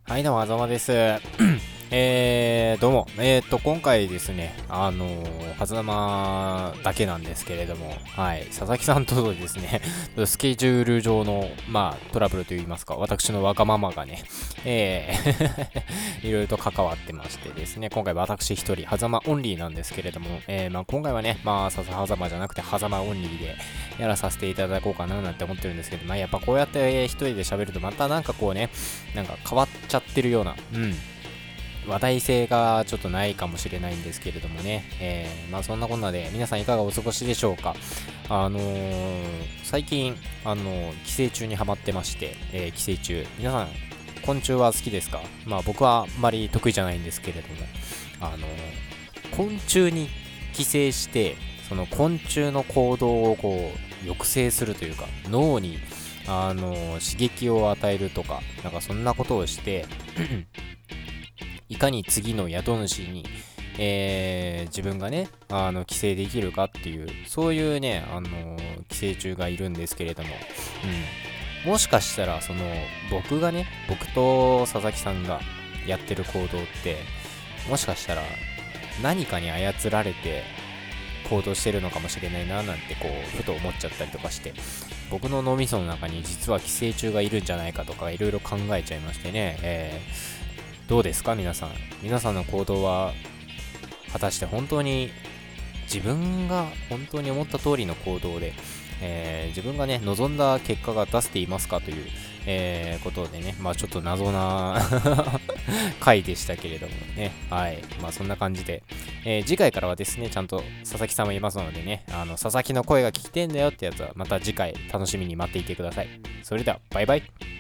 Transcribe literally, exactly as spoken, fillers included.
はい、どうも、あざまです。えー、どうも。えーと、今回ですね、あのー、はざまだけなんですけれども、はい、佐々木さんとですね、スケジュール上の、まあ、トラブルといいますか、私のわがままがね、えーいろいろと関わってましてですね、今回私一人、はざまオンリーなんですけれども、えー、まあ、今回はね、まあ、笹はざまじゃなくて、はざまオンリーでやらさせていただこうかななんて思ってるんですけど、まあ、やっぱこうやって一人で喋ると、またなんかこうね、なんか変わっちゃってるような、うん、話題性がちょっとないかもしれないんですけれどもね、えー、まあそんなこんなで皆さんいかがお過ごしでしょうか。あのー、最近、あのー寄生虫にハマってまして、えー寄生虫、皆さん昆虫は好きですか？まあ僕はあんまり得意じゃないんですけれども、あのー昆虫に寄生して、その昆虫の行動をこう抑制するというか、脳にあのー刺激を与えるとか、なんかそんなことをしていかに次の宿主に、えー自分がね、あの、寄生できるかっていう、そういうね、あのー寄生虫がいるんですけれども、うん。もしかしたら、その、僕がね、僕と佐々木さんがやってる行動って、もしかしたら、何かに操られて行動してるのかもしれないな、なんてこう、ふと思っちゃったりとかして、僕の脳みその中に実は寄生虫がいるんじゃないかとか、いろいろ考えちゃいましてね、えーどうですか皆さん。皆さんの行動は果たして本当に自分が本当に思った通りの行動で、えー自分がね望んだ結果が出せていますかという、えーことでね、まあちょっと謎な回でしたけれどもね、はい、まあそんな感じで、えー次回からはですねちゃんと佐々木さんもいますのでね、あの佐々木の声が聞きてんだよってやつはまた次回楽しみに待っていてください。それではバイバイ。